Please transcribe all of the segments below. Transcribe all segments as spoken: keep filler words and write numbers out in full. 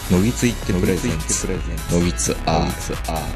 のぎついってプレゼンツのぎつアー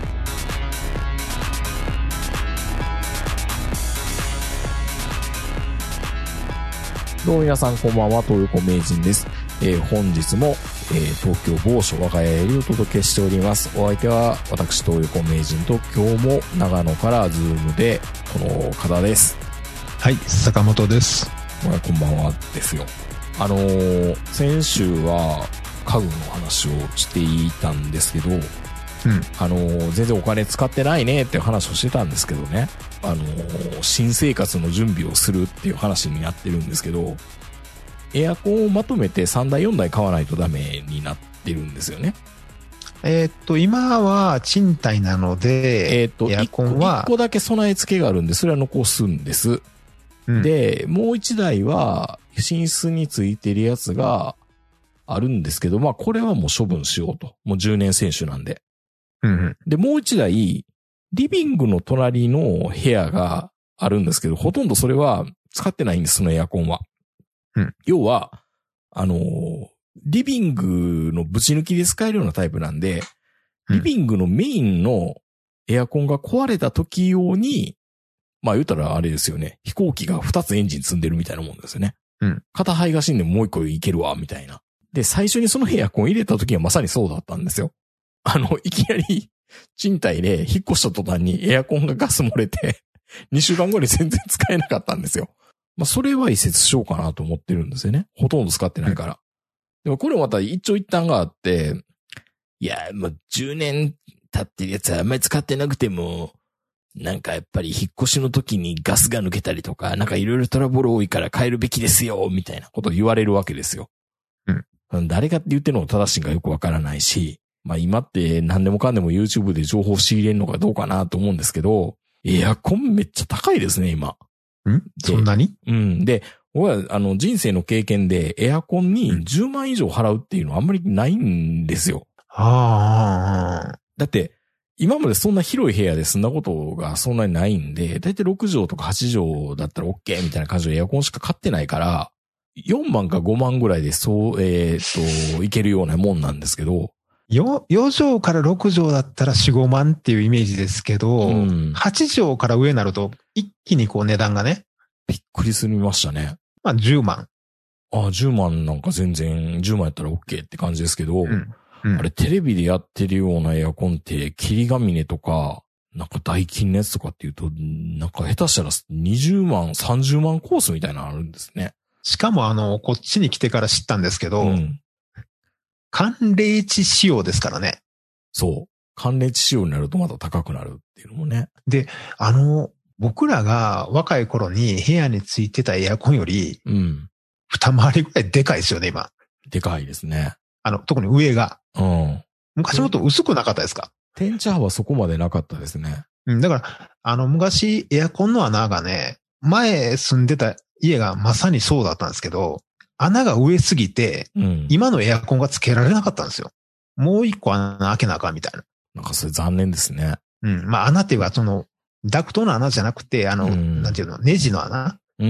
どうも皆さんこんばんは、東横名人です。えー、本日も、えー、東京某所我が家よりお届けしております。お相手は私東横名人と、今日も長野からズームでこの方です。 はい、坂本です。 まあ、こんばんはですよ。あのー、先週は家具の話をしていたんですけど、うん、あのー、全然お金使ってないねっていう話をしてたんですけどね、あのー、新生活の準備をするっていう話になってるんですけど、エアコンをまとめてさんだいよんだい買わないとダメになってるんですよね。 えー、っと今は賃貸なので、えー、っとエアコンはいっこだけ備え付けがあるんで、それは残すんです、うん、でもういちだいは寝室についてるやつがあるんですけど、まあこれはもう処分しようと、もうじゅうねん選手なんで、うんうん、でもういちだいリビングの隣の部屋があるんですけど、ほとんどそれは使ってないんです、そのエアコンは。うん、要は、あのー、リビングのぶち抜きで使えるようなタイプなんで、リビングのメインのエアコンが壊れた時用に、まあ言うたらあれですよね、飛行機がふたつエンジン積んでるみたいなもんですよね。うん。片肺が死んでもう一個いけるわ、みたいな。で、最初にそのエアコン入れた時はまさにそうだったんですよ。あの、いきなり賃貸で引っ越した途端にエアコンがガス漏れて、にしゅうかんごに全然使えなかったんですよ。まあ、それは移設しようかなと思ってるんですよね。ほとんど使ってないから。でもこれまた一長一短があって、いや、もうじゅうねん経ってるやつはあんまり使ってなくても、なんかやっぱり引っ越しの時にガスが抜けたりとか、なんかいろいろトラブル多いから変えるべきですよ、みたいなことを言われるわけですよ。うん。誰がって言ってるのが正しいんかよくわからないし、まあ今って何でもかんでも YouTube で情報を仕入れるのかどうかなと思うんですけど、エアコンめっちゃ高いですね、今。 んそんなに？ うん。で、俺はあの人生の経験でエアコンにじゅうまん以上払うっていうのはあんまりないんですよ。 ああ。 だって、今までそんな広い部屋でそんなことがそんなにないんで、だいたいろくじょうとかはちじょうだったら OK みたいな感じでエアコンしか買ってないから、よんまんかごまんぐらいでそう、えー、っと、いけるようなもんなんですけど、 よ、よじょうからろくじょうだったらよん、ごまんっていうイメージですけど、うん、はちじょうから上になると一気にこう値段がね。 びっくりすみましたね。 まあじゅうまん。 ああ、じゅうまんなんか全然、じゅうまんやったら OK って感じですけど、うんうん、あれテレビでやってるようなエアコンって霧ヶ峰とか、なんかダイキンのやつとかっていうと、なんか下手したらにじゅうまん、さんじゅうまんコースみたいなのあるんですね。 しかもあの、こっちに来てから知ったんですけど、うん、寒冷地仕様ですからね。 そう。寒冷地仕様になるとまた高くなるっていうのもね。 で、あの、僕らが若い頃に部屋についてたエアコンより、うん。二回りぐらいでかいですよね、今。 でかいですね。 あの、特に上が。 うん。 昔もっと薄くなかったですか？ 天地幅はそこまでなかったですね。 うん。だから、あの、昔エアコンの穴がね、前住んでた家がまさにそうだったんですけど、穴が上すぎて、うん、今のエアコンがつけられなかったんですよ。もう一個穴開けなあかんみたいな。 なんかそれ残念ですね。 うん。まあ穴っていうか、その、ダクトの穴じゃなくて、あの、うん、なんていうの、ネジの穴？うん。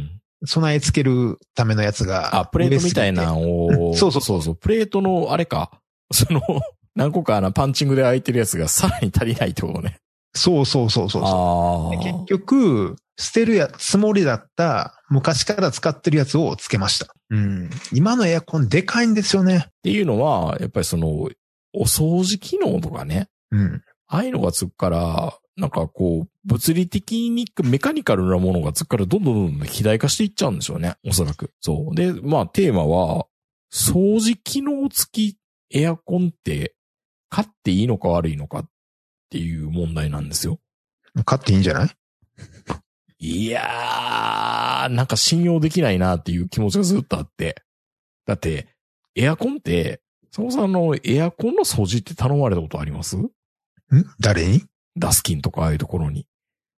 備え付けるためのやつが。 あ、プレートみたいなのを、 そうそうそうそう。 プレートのあれか。その、何個かな、パンチングで開いてるやつがさらに足りないってことね。 そうそうそうそうそう。結局、捨てるやつもりだった昔から使ってるやつをつけました。うん。今のエアコンでかいんですよね。 っていうのは、やっぱりその、お掃除機能とかね。うん。ああいうのがつくから、なんかこう、物理的にメカニカルなものがつくからどんどんどんどん肥大化していっちゃうんでしょうね。おそらく。そう。で、まあテーマは、掃除機能付きエアコンって買っていいのか悪いのかっていう問題なんですよ。 買っていいんじゃない？ いやー、なんか信用できないなっていう気持ちがずっとあって。だって、エアコンって、そもそものエアコンの掃除って頼まれたことあります？ん？ 誰に？ ダスキンとかああいうところに。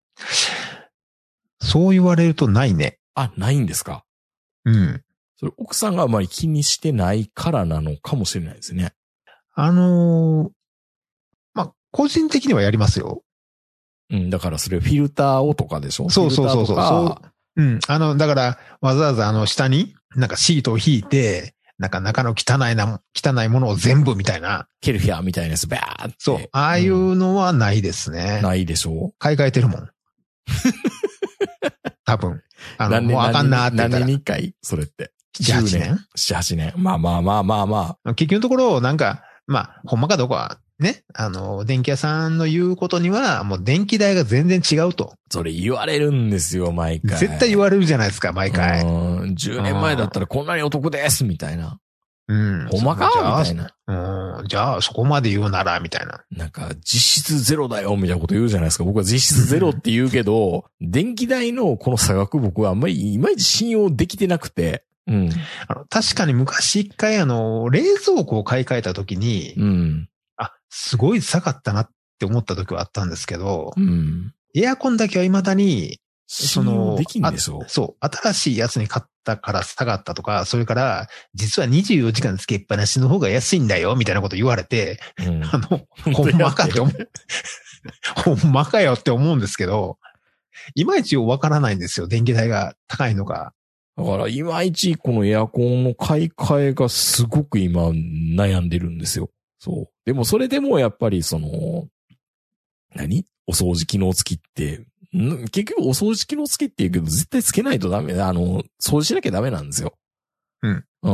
そう言われるとないね。 あ、ないんですか？ うん。 それ奥さんがあまり気にしてないからなのかもしれないですね。 あのー、まあ、個人的にはやりますよ。 うん、だからそれフィルターをとかでしょ？ そうそうそうそう。そう。うん。あの、だから、わざわざあの下になんかシートを引いて、 なんか中の汚いな、汚いものを全部みたいな。 ケルヒャーみたいなやつ、バーって。 そう。ああいうのはないですね。 うん、ないでしょう。 買い替えてるもん。多分。あの、もうあかんなーって言ったら。 何に一回それって。 なな、はちねん ?なな、 はちねん。まあまあまあまあまあ。結局のところ、なんか、まあ、ほんまかどうかは、ね、あの、電気屋さんの言うことには、もう電気代が全然違うと。 それ言われるんですよ、毎回。 絶対言われるじゃないですか、毎回。 うん。じゅうねんまえだったらこんなにお得です、みたいな。 うん。 ほんまかみたいな。 うん。じゃあ、そこまで言うなら、みたいな。 なんか、実質ゼロだよ、みたいなこと言うじゃないですか。僕は実質ゼロって言うけど、電気代のこの差額僕はあんまり、いまいち信用できてなくて。うん。 あの、確かに昔一回あの、冷蔵庫を買い替えた時に、 うん。 あ、すごい下がったなって思った時はあったんですけど、 うん。 エアコンだけは未だに、 その、できんでしょ。 そう。新しいやつに買ったから下がったとか、それから、実はにじゅうよじかんつけっぱなしの方が安いんだよ、みたいなこと言われて、うん、あの、ほんまかって思う。ほんまかよって思うんですけど、いまいちわからないんですよ、電気代が高いのか。 だから、いまいちこのエアコンの買い替えがすごく今悩んでるんですよ。そう。でもそれでもやっぱりその、何？お掃除機能付きって、ん結局お掃除機能付きって言うけど絶対つけないとダメ。あの、掃除しなきゃダメなんですよ。 うん。 うん。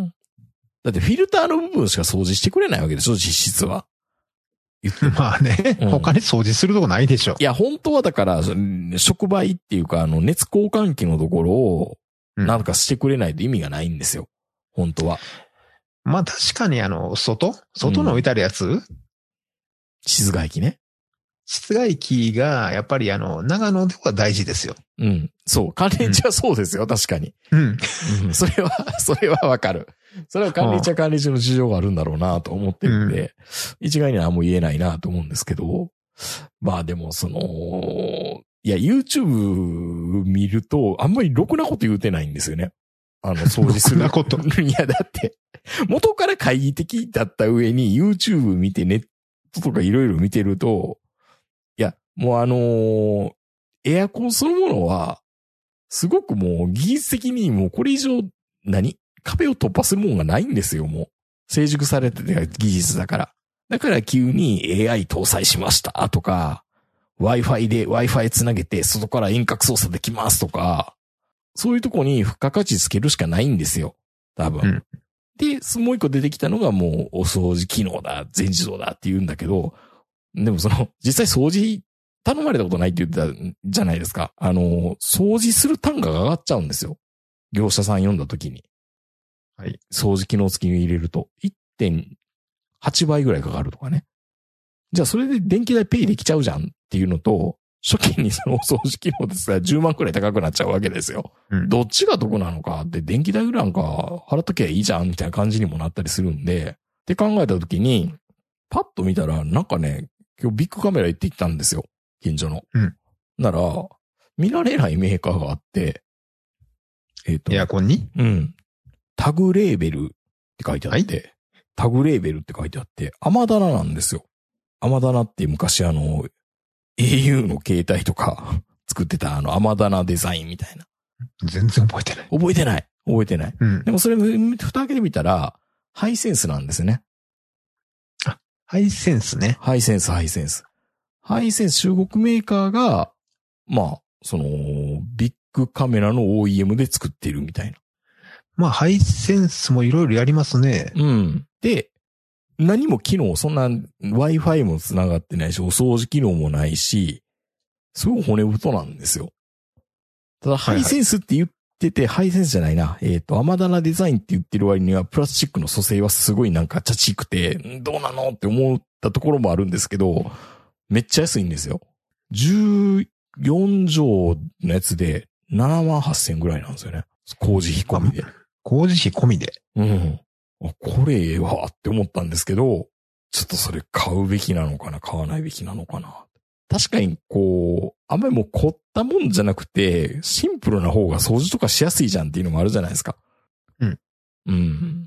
だってフィルターの部分しか掃除してくれないわけでしょ、実質は。 まあね、うん、他に掃除するとこないでしょ。 いや、本当はだから、触媒っていうか、あの、熱交換器のところを、なんかしてくれないと意味がないんですよ。本当は。 まあ確かにあの、外外に置いてあるやつ、うん、 室外機ね。 室外機が、やっぱりあの、長野では大事ですよ。 うん。そう。乾電池はそうですよ、うん、確かに。 うん。 うん。それは、それはわかる。それは乾電池は乾電池の事情があるんだろうなと思ってるんで、うん、一概には何も言えないなと思うんですけど、まあでもその、いや、YouTube 見ると、あんまりろくなこと言うてないんですよね。あの、掃除する。 ろくなこと。 いや、だって、元から懐疑的だった上に YouTube 見てネットとかいろいろ見てると、いや、もうあのー、エアコンそのものは、すごくもう技術的にもうこれ以上、何壁を突破するもんがないんですよ、もう。成熟されてた技術だから。だから急に エーアイ 搭載しましたとか、Wi-Fi で Wi-Fi つなげて外から遠隔操作できますとか、そういうとこに付加価値つけるしかないんですよ。多分。うん、で、もう一個出てきたのがもうお掃除機能だ、全自動だって言うんだけど、でもその、実際掃除頼まれたことないって言ってたじゃないですか。あの、掃除する単価が上がっちゃうんですよ。業者さん読んだ時に。 はい。 掃除機能付きに入れると いってんはち 倍ぐらいかかるとかね。じゃあそれで電気代ペイできちゃうじゃんっていうのと、初期にそのお掃除機能ですがじゅうまんくらい高くなっちゃうわけですよ。うん、どっちが得なのかって電気代ぐらいなんか払っときゃいいじゃんみたいな感じにもなったりするんで、って考えた時に、パッと見たらなんかね、今日ビッグカメラ行ってきたんですよ。近所の。 うん。 なら、見られないメーカーがあって、えっと。 エアコンに？ うん。タグレーベルって書いてあって、はい、タグレーベルって書いてあって、アマダナなんですよ。アマダナって昔あの、エーユー の携帯とか作ってたあのアマダナデザインみたいな。 全然覚えてない。 覚えてない。覚えてない。 うん、 でもそれ、蓋開けてみたら、ハイセンスなんですね。 あ、ハイセンスね。 ハイセンス、ハイセンス。ハイセンス中国メーカーが、まあ、その、ビッグカメラの オーイーエム で作ってるみたいな。 まあ、ハイセンスもいろいろやりますね。 うん。で、何も機能、そんな Wi-Fi も繋がってないし、お掃除機能もないし、すごい骨太なんですよ。ただ、ハイセンスって言ってて、はいはい、ハイセンスじゃないな。えっと、アマダナデザインって言ってる割には、プラスチックの組成はすごいなんかチャチくて、どうなのって思ったところもあるんですけど、めっちゃ安いんですよ。じゅうよんじょうのやつでななまんはっせんぐらいなんですよね。工事費込みで。 工事費込みで。 うん。あ、これええわって思ったんですけど、ちょっとそれ買うべきなのかな、買わないべきなのかな。確かにこう、あんまりもう凝ったもんじゃなくて、シンプルな方が掃除とかしやすいじゃんっていうのもあるじゃないですか。 うん。 うん。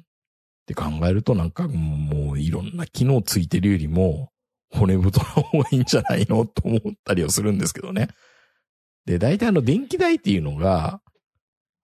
って考えるとなんかもういろんな機能ついてるよりも、骨太の方がいいんじゃないのと思ったりはするんですけどね。で、大体あの電気代っていうのが、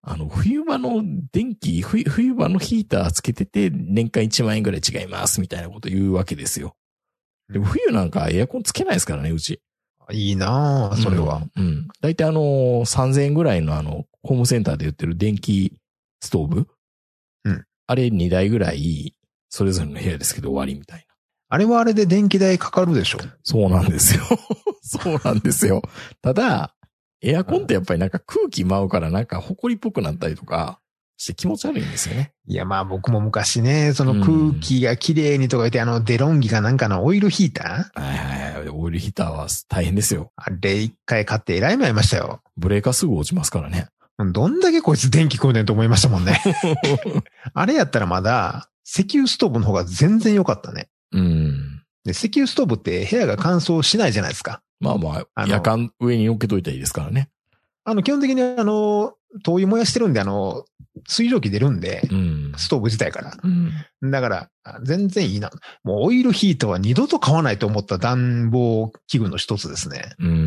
あの、冬場の電気、冬、冬場のヒーターつけてて、年間いちまん円ぐらい違います、みたいなこと言うわけですよ。でも冬なんかエアコンつけないですからね、うち。 いいなぁ、それは。 うん。うん、だいたいあの、さんぜんえんぐらいのあの、ホームセンターで売ってる電気ストーブ。 うん。 あれにだいぐらい、それぞれの部屋ですけど終わりみたいな。 あれはあれで電気代かかるでしょ？ そうなんですよ。そうなんですよ。ただ、エアコンってやっぱりなんか空気舞うからなんか埃っぽくなったりとかして気持ち悪いんですよね。 いやまあ僕も昔ね、その空気が綺麗にとか言って、うん、あのデロンギかなんかのオイルヒーター？ はいはいはい。オイルヒーターは大変ですよ。 あれ一回買ってえらい目ありましたよ。 ブレーカーすぐ落ちますからね。 どんだけこいつ電気食うねんと思いましたもんね。あれやったらまだ石油ストーブの方が全然良かったね。 うん。 で、石油ストーブって部屋が乾燥しないじゃないですか。 まあまあ、夜間上に乗っけといたらいいですからね。 あの、基本的にあの、灯油燃やしてるんで、あの、水蒸気出るんで、 うん、 ストーブ自体から。 うん、 だから、全然いいな。もうオイルヒーターは二度と買わないと思った暖房器具の一つですね。 うん。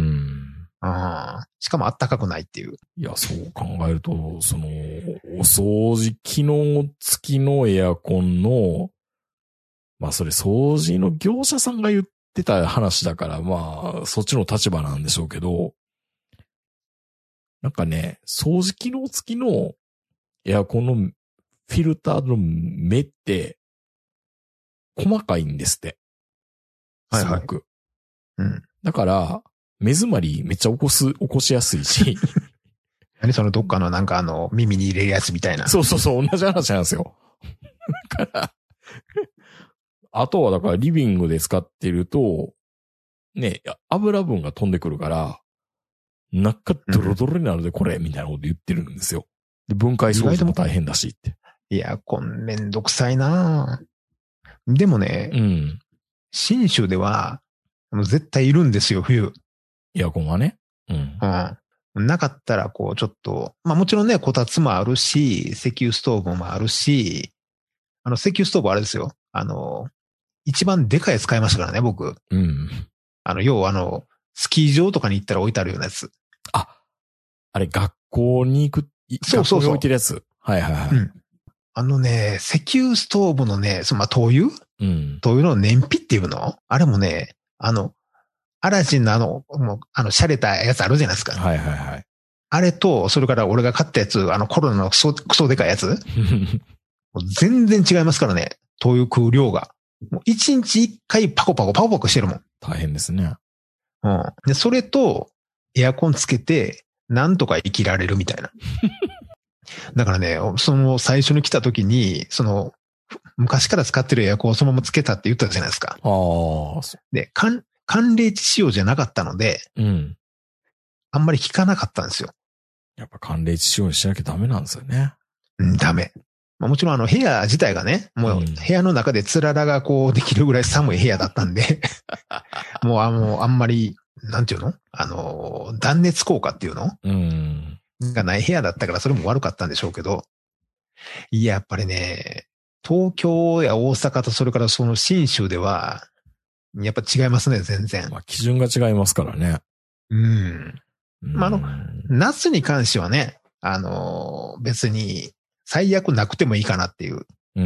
あしかもあったかくないっていう。 いや、そう考えると、その、お掃除機能付きのエアコンの、まあそれ掃除の業者さんが言ってた話だから、まあそっちの立場なんでしょうけど、なんかね、掃除機能付きのエアコンのフィルターの目って、細かいんですって。すごく。はいはい、 うん。 だから、目詰まりめっちゃ起こす、起こしやすいし。 何そのどっかのなんかあの、耳に入れるやつみたいな。 そうそうそう、同じ話なんですよ。だから、あとはだからリビングで使ってると、ね、油分が飛んでくるから、中ドロドロになるでこれ、みたいなこと言ってるんですよ。で、分解掃除も大変だしって。 いや、こんめんどくさいなぁ。でもね、 うん。 信州では、絶対いるんですよ、冬。 エアコンはね。うん。 うん。なかったら、こう、ちょっと、まあもちろんね、こたつもあるし、石油ストーブもあるし、あの、石油ストーブあれですよ。あの、一番でかいやつ買いましたからね、僕。 うん。 あの、要はあの、スキー場とかに行ったら置いてあるようなやつ。 あ、あれ、学校に行く、 そうそうそう。 学校に置いてるやつ。はいはいはい。うん。 あのね、石油ストーブのね、そのまあ、灯油うん。 灯油の燃費っていうのあれもね、あの、アラジンのあの、もう、あの、洒落たやつあるじゃないですか。 はいはいはい。 あれと、それから俺が買ったやつ、あの、コロナのクソ、クソでかいやつもう全然違いますからね。灯油食う量が。もう一日一回パコパコパコパコしてるもん。 大変ですね。 うん。で、それと、エアコンつけて、なんとか生きられるみたいな。だからね、その最初に来た時に、その、昔から使ってるエアコンをそのままつけたって言ったじゃないですか。 ああ。 で、寒、寒冷地仕様じゃなかったので、 うん。 あんまり効かなかったんですよ。 やっぱ寒冷地仕様にしなきゃダメなんですよね。 うん、ダメ。まあ、もちろんあの部屋自体がね、もう部屋の中でつららがこうできるぐらい寒い部屋だったんで、もうあの、あんまり、なんていうのあの、断熱効果っていうのうん。 がない部屋だったからそれも悪かったんでしょうけど、いや、やっぱりね、東京や大阪とそれからその信州では、やっぱ違いますね、全然。 まあ、基準が違いますからね。 うん。まあ、あの、夏に関してはね、あの、別に最悪なくてもいいかなっていう。 うん。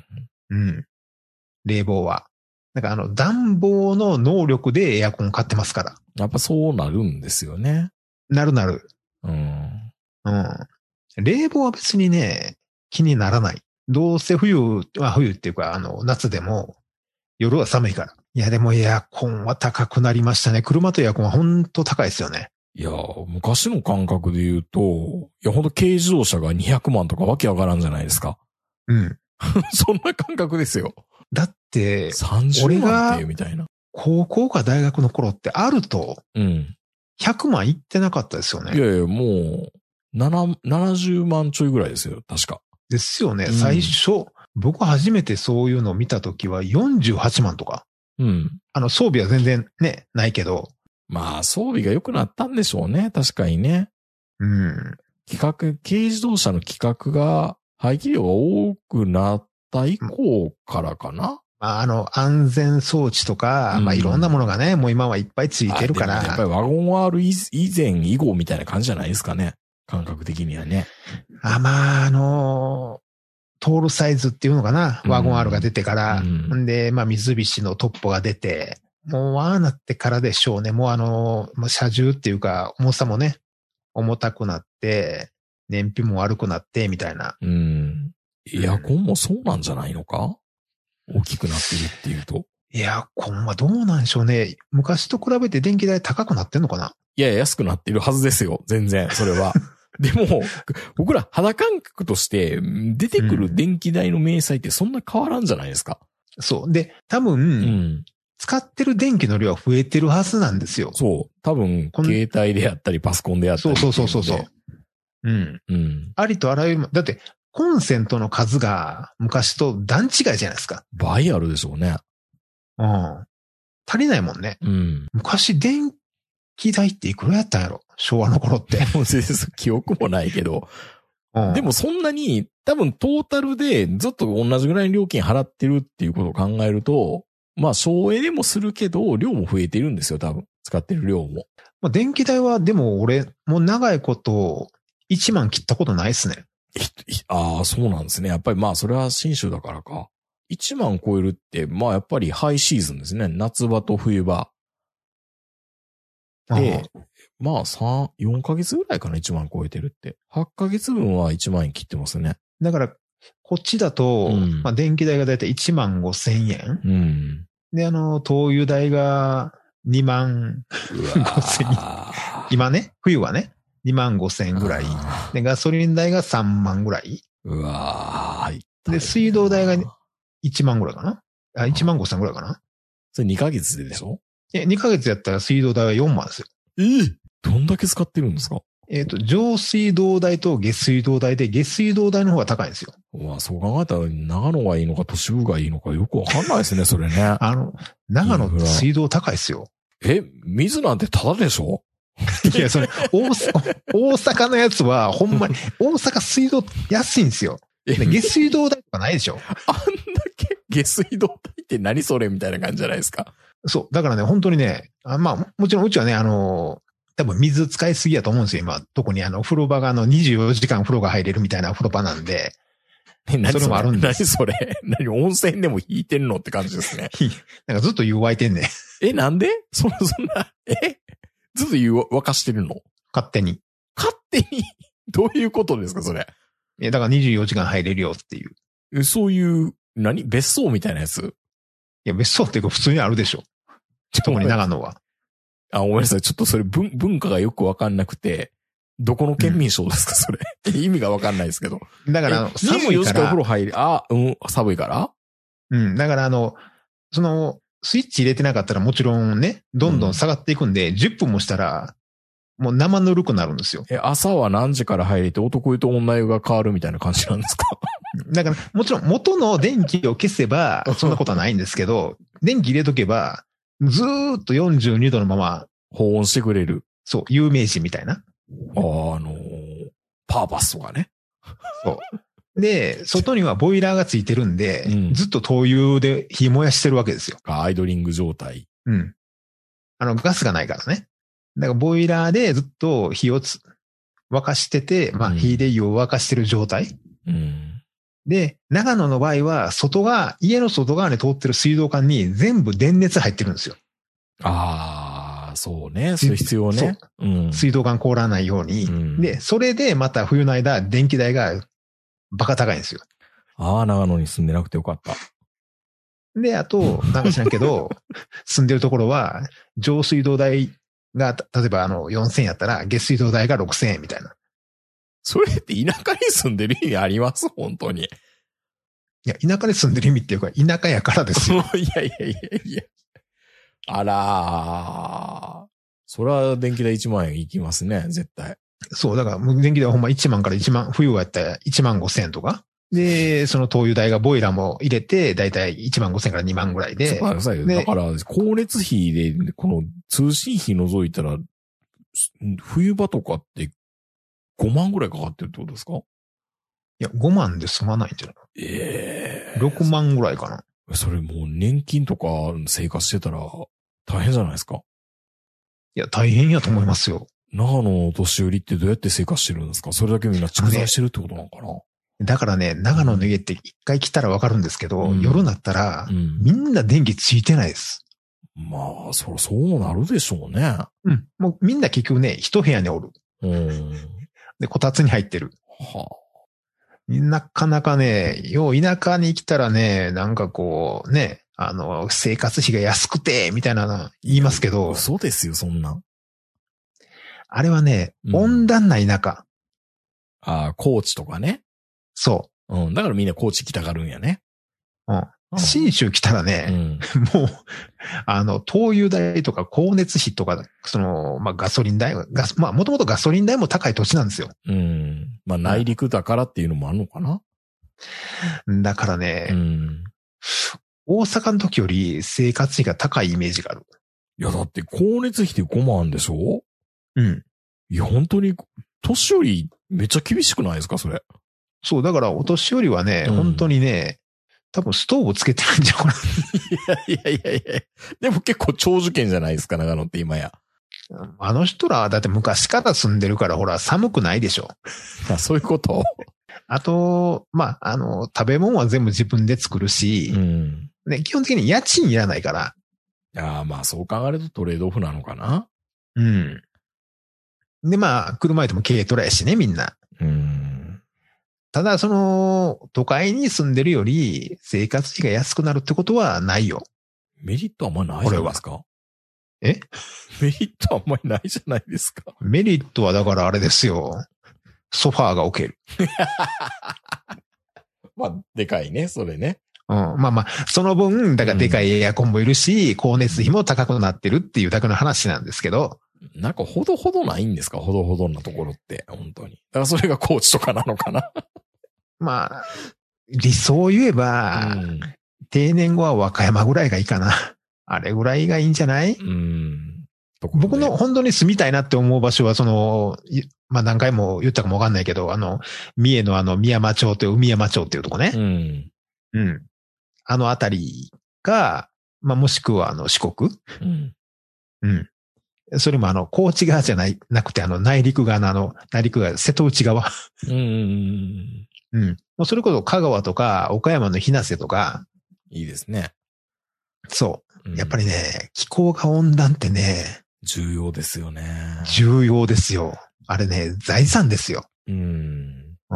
うん。冷房は。なんかあの、暖房の能力でエアコン買ってますから。 やっぱそうなるんですよね。 なるなる。 うん。 うん。冷房は別にね、気にならない。どうせ冬は冬っていうか、あの、夏でも夜は寒いから。いや、でもエアコンは高くなりましたね。車とエアコンは本当高いですよね。 いや、昔の感覚で言うと、いや、ほんと軽自動車がにひゃくまんとかわけわからんじゃないですか。 うん。 そんな感覚ですよ。 だって、 さんじゅうまんっていうみたいな。 高校か大学の頃ってあると、 うん。 ひゃくまんいってなかったですよね。 いやいや、もう、なな、ななじゅうまんちょいぐらいですよ、確か。 ですよね。うん、最初、僕初めてそういうのを見たときはよんじゅうはちまんとか。 うん。 あの、装備は全然ね、ないけど。 まあ、装備が良くなったんでしょうね。確かにね。 うん。 規格、軽自動車の規格が、排気量が多くなった以降からかな。 まあ、あの、安全装置とか、うん、まあ、いろんなものがね、もう今はいっぱいついてるから。 やっぱりワゴン R 以前以後みたいな感じじゃないですかね。 感覚的にはね。 あ、まあ、あのー、通るサイズっていうのかな。ワゴン R が出てから。うん、で、まあ、三菱のトッポが出て、もう、ああなってからでしょうね。もうあのー、車重っていうか、重さもね、重たくなって、燃費も悪くなって、みたいな。 うん。エアコンもそうなんじゃないのか？大きくなってるっていうと。 エアコンはどうなんでしょうね。昔と比べて電気代高くなってんのかな？ いや、安くなってるはずですよ。全然、それは。でも、僕ら肌感覚として出てくる電気代の明細ってそんな変わらんじゃないですか。 うん、そう。で、多分、うん、使ってる電気の量は増えてるはずなんですよ。 そう。多分、携帯であったり、パソコンであったり。 そうそうそうそう。うん。うん。ありとあらゆる、だって、コンセントの数が昔と段違いじゃないですか。 倍あるでしょうね。 うん。足りないもんね。うん。昔電気代っていくらやったんやろ？昭和の頃って。 もう記憶もないけど。うん、でもそんなに、多分トータルでずっと同じぐらいの料金払ってるっていうことを考えると、まあ省エネもするけど、量も増えてるんですよ、多分。使ってる量も。 まあ電気代はでも俺、もう長いこといちまん切ったことないっすね。 ああ、そうなんですね。やっぱりまあそれは信州だからか。いちまん超えるって、まあやっぱりハイシーズンですね。夏場と冬場。で、まあさん、よんかげつぐらいかな、いちまん超えてるって。はちかげつぶんはいちまん円切ってますね。 だから、こっちだと、うん、まあ電気代がだいたいいちまんごせんえん。うん。で、あの、灯油代がにまんごせんえん。今ね、冬はね、にまんごせんえんぐらい。で、ガソリン代がさんまんぐらい。 うわー。 で、水道代がいちまんぐらいかな？あ、いちまんごせんぐらいかな？ それにかげつででしょ？ え、にかげつやったら水道代はよんまんですよ。 えー、どんだけ使ってるんですか？ えっと、上水道代と下水道代で、下水道代の方が高いんですよ。 うわ、そう考えたら長野がいいのか都市部がいいのかよくわかんないですね、それね。 あの、長野って水道高いですよ。 え、水なんてタダでしょ？ いや、それ、大阪のやつは、ほんまに、大阪水道安いんですよ。下水道代とかないでしょ？ あんだけ下水道代って何それみたいな感じじゃないですか。 そう。だからね、本当にね、あまあ、もちろんうちはね、あの、多分水使いすぎやと思うんですよ、今。特にあの、風呂場があの、にじゅうよじかん風呂が入れるみたいな風呂場なんで。 え、何それもあるんです。何それ何温泉でも引いてんのって感じですね。 なんかずっと湯沸いてんね。 え、なんでそんな、そんな、えずっと湯沸かしてるの？ 勝手に。 勝手にどういうことですか、それ。 いや、だからにじゅうよじかん入れるよっていう。 そういう、何別荘みたいなやつ？ いや、別荘っていうか普通にあるでしょ。特に長野は。 あ、ごめんなさい。ちょっとそれ文、文化がよくわかんなくて、どこの県民省ですか、それ。意味がわかんないですけど。 だから、 寒いから。にじゅうよじかん風呂入り、あ、うん、寒いからうん。だからあの、その、スイッチ入れてなかったらもちろんね、どんどん下がっていくんで、うん、じゅっぷんもしたら、もう生ぬるくなるんですよ。 え、朝は何時から入れて男湯と女湯が変わるみたいな感じなんですか？ だから、もちろん元の電気を消せば、そんなことはないんですけど、電気入れとけば、ずーっとよんじゅうにどのまま、 保温してくれる。 そう、有名人みたいな。 ああ、あのー、パーパスとかね。 そう。で、外にはボイラーがついてるんで、うん、ずっと灯油で火燃やしてるわけですよ。 アイドリング状態。 うん。あの、ガスがないからね。だからボイラーでずっと火をつ沸かしてて、まあ、火で湯を沸かしてる状態。うん。で、長野の場合は、外が、家の外側に通ってる水道管に全部電熱入ってるんですよ。 ああ、そうね。そういう必要ね。 そう。うん、水道管凍らないように、うん。で、それでまた冬の間、電気代がバカ高いんですよ。 ああ、長野に住んでなくてよかった。 で、あと、なんか知らんけど、住んでるところは、上水道代が、例えばあの、よんせんえんやったら、下水道代がろくせんえんみたいな。 それって田舎に住んでる意味あります？本当に。いや、田舎に住んでる意味っていうか、田舎やからですよ。 いやいやいやいや。あらー。それは電気代いちまんえんいきますね、絶対。 そう、だから、電気代はほんまいちまんからいちまん、冬はやったらいちまんごせんえんとか。で、その灯油代がボイラーも入れて、だいたいいちまんごせんからにまんぐらいで。 だから、光熱費で、この通信費除いたら、冬場とかってごまんぐらいかかってるってことですか？いや、ごまんで済まないんじゃない？ええー。ろくまんぐらいかな。 それもう年金とか生活してたら大変じゃないですか？ いや、大変やと思いますよ。 長野のお年寄りってどうやって生活してるんですか？それだけみんな蓄財してるってことなのかな？ だからね、長野の家って一回来たらわかるんですけど、うん、夜になったら、うん、みんな電気ついてないです。 まあ、そりゃそうなるでしょうね。 うん。もうみんな結局ね、一部屋におる。うん。で、こたつに入ってる。はあ。なかなかね、よう田舎に来たらね、なんかこう、ね、あの、生活費が安くて、みたいなの言いますけど。 嘘ですよ、そんな。 あれはね、うん、温暖な田舎。 ああ、高知とかね。 そう。 うん。だからみんな高知来たがるんやね。 うん。信州来たらね、うん、もう、あの、灯油代とか光熱費とか、その、まあ、ガソリン代、ガス、まあ、もともとガソリン代も高い土地なんですよ。 うん。まあ、内陸だからっていうのもあるのかな？ だからね、うん、大阪の時より生活費が高いイメージがある。 いや、だって光熱費でごまんでしょ？ うん。 いや、本当に、年寄りめっちゃ厳しくないですか、それ。 そう、だからお年寄りはね、うん、本当にね、多分ストーブつけてるんじゃん、これ。いやいやいやいや。でも結構長受験じゃないですか、長野って今や。 あの人らはだって昔から住んでるから、ほら、寒くないでしょ。 あ、そういうこと？ あと、まあ、あの、食べ物は全部自分で作るし、うん、ね、基本的に家賃いらないから。 ああ、まあそう考えるとトレードオフなのかな。 うん。で、まあ、車でも軽トラやしね、みんな。うん。ただ、その、都会に住んでるより、生活費が安くなるってことはないよ。 メリットあんまりないじゃないですか。 えメリットあんまりないじゃないですか。 メリットはだからあれですよ。ソファーが置ける。 まあ、でかいね、それね。 うん。まあまあ、その分、だからでかいエアコンもいるし、うん、光熱費も高くなってるっていうだけの話なんですけど。 なんかほどほどないんですか？ほどほどなところって、本当に。だからそれが高知とかなのかな。 まあ、理想を言えば、うん、定年後は和歌山ぐらいがいいかな。あれぐらいがいいんじゃない？うん。僕の本当に住みたいなって思う場所は、その、まあ何回も言ったかもわかんないけど、あの、三重のあの、宮山町という海山町っていうとこね。うん。うん。あのあたりか、まあもしくはあの四国。うん。うん。それもあの、高知側じゃない、なくてあの、内陸側のあの、内陸側、瀬戸内側。うん。うん。もうそれこそ香川とか、岡山の日生とか。 いいですね。 そう。うん、やっぱりね、気候が温暖ってね。 重要ですよね。 重要ですよ。あれね、財産ですよ。うん。うん。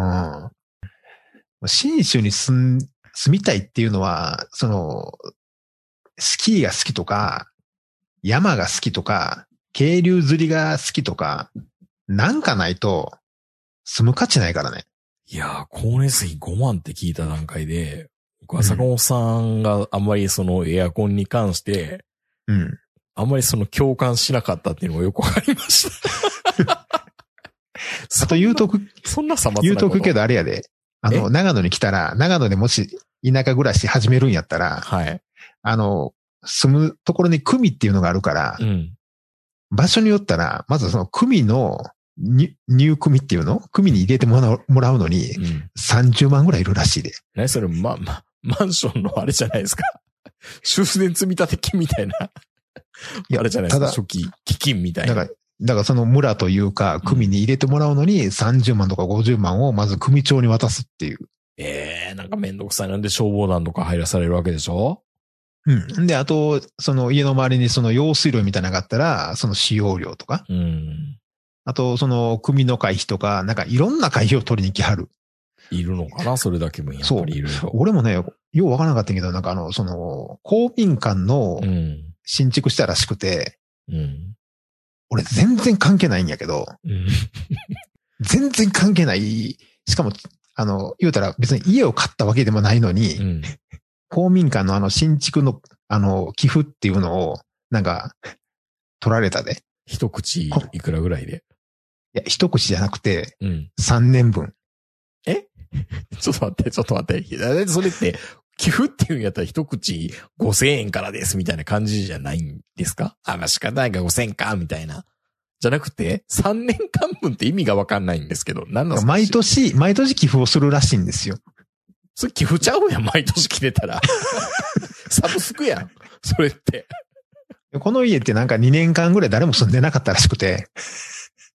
信州に住ん、住みたいっていうのは、その、スキーが好きとか、山が好きとか、渓流釣りが好きとか、なんかないと、住む価値ないからね。 いやー、光熱費ごまんって聞いた段階で、僕は坂本さんがあんまりそのエアコンに関して、うん。あんまりその共感しなかったっていうのがよくわかりました。 あと言うとく、 そんなさま言うとくけどあれやで。あの、長野に来たら、長野でもし田舎暮らし始めるんやったら、はい。あの、住むところに組っていうのがあるから、うん。場所によったら、まずその組の入組っていうの組に入れてもらう、もらうのに、さんじゅうまんぐらいいるらしいで。 何それ、ま、ま、マンションのあれじゃないですか。修繕積立金みたいな。いや、あれじゃないですか。初期、基金みたいな。 だから、だからその村というか、組に入れてもらうのにさんじゅうまんとかごじゅうまんをまず組長に渡すっていう。 ええー、なんかめんどくさいなんで消防団とか入らされるわけでしょ？ うん。で、あと、その家の周りにその用水路みたいなのがあったら、その使用料とか。うん。あと、その組の会費とか、なんかいろんな会費を取りに来はる。 いるのかなそれだけもやっぱりいる。 そう。俺もね、ようわからなかったけど、なんかあの、その、公民館の新築したらしくて、うん。俺全然関係ないんやけど、うん、全然関係ない。しかも、あの、言うたら別に家を買ったわけでもないのに、うん、公民館のあの新築の、あの、寄付っていうのを、なんか、取られたで。 一口いくらぐらいで？ いや、一口じゃなくて、うん、さんねんぶん。 えちょっと待って、ちょっと待って。それって、寄付っていうんやったら一口ごせんえんからですみたいな感じじゃないんですか？あ、まあ、仕方ないからごせんかみたいな。じゃなくて、さんねんかんぶんって意味がわかんないんですけど、何なんですか？ 毎年、毎年寄付をするらしいんですよ。 それ寄付ちゃうやん、毎年来てたら。サブスクやん、それって。 この家ってなんかにねんかんぐらい誰も住んでなかったらしくて。